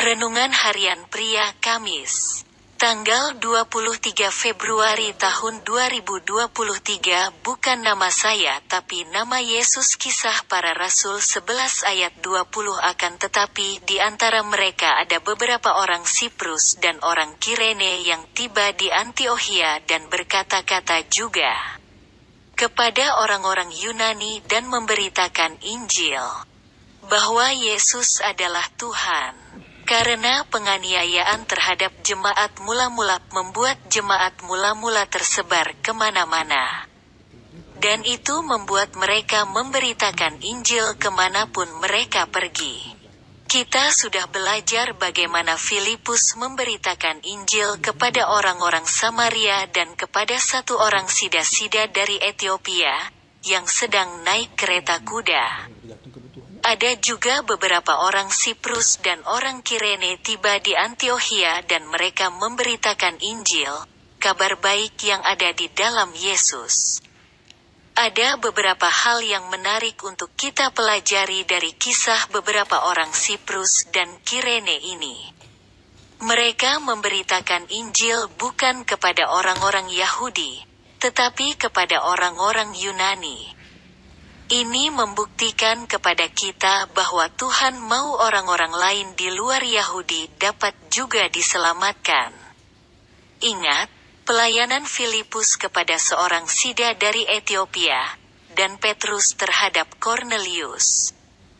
Renungan Harian Pria Kamis, tanggal 23 Februari tahun 2023. Bukan nama saya tapi nama Yesus. Kisah Para Rasul 11 ayat 20. Akan tetapi di antara mereka ada beberapa orang Siprus dan orang Kirene yang tiba di Antiokhia dan berkata-kata juga kepada orang-orang Yunani dan memberitakan Injil bahwa Yesus adalah Tuhan. Karena penganiayaan terhadap jemaat mula-mula membuat jemaat mula-mula tersebar kemana-mana. Dan itu membuat mereka memberitakan Injil kemanapun mereka pergi. Kita sudah belajar bagaimana Filipus memberitakan Injil kepada orang-orang Samaria dan kepada satu orang sida-sida dari Etiopia, yang sedang naik kereta kuda. Ada juga beberapa orang Siprus dan orang Kirene tiba di Antiokhia dan mereka memberitakan Injil, kabar baik yang ada di dalam Yesus. Ada beberapa hal yang menarik untuk kita pelajari dari kisah beberapa orang Siprus dan Kirene ini. Mereka memberitakan Injil bukan kepada orang-orang Yahudi, tetapi kepada orang-orang Yunani. Ini membuktikan kepada kita bahwa Tuhan mau orang-orang lain di luar Yahudi dapat juga diselamatkan. Ingat, pelayanan Filipus kepada seorang sida dari Etiopia, dan Petrus terhadap Kornelius,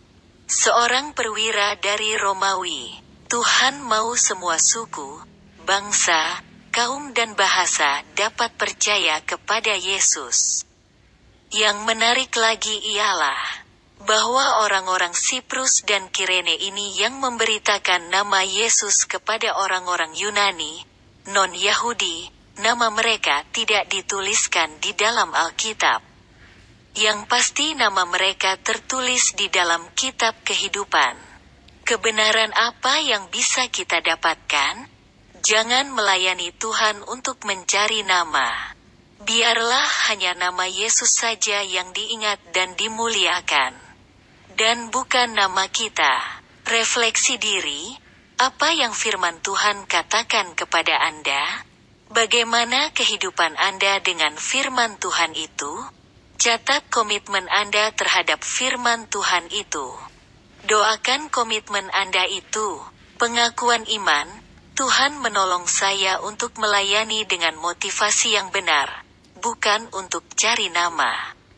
seorang perwira dari Romawi. Tuhan mau semua suku, bangsa, kaum dan bahasa dapat percaya kepada Yesus. Yang menarik lagi ialah bahwa orang-orang Siprus dan Kirene ini yang memberitakan nama Yesus kepada orang-orang Yunani, non-Yahudi, nama mereka tidak dituliskan di dalam Alkitab. Yang pasti nama mereka tertulis di dalam kitab kehidupan. Kebenaran apa yang bisa kita dapatkan? Jangan melayani Tuhan untuk mencari nama. Biarlah hanya nama Yesus saja yang diingat dan dimuliakan. Dan bukan nama kita. Refleksi diri, apa yang firman Tuhan katakan kepada Anda? Bagaimana kehidupan Anda dengan firman Tuhan itu? Catat komitmen Anda terhadap firman Tuhan itu. Doakan komitmen Anda itu. Pengakuan iman, Tuhan menolong saya untuk melayani dengan motivasi yang benar, bukan untuk cari nama.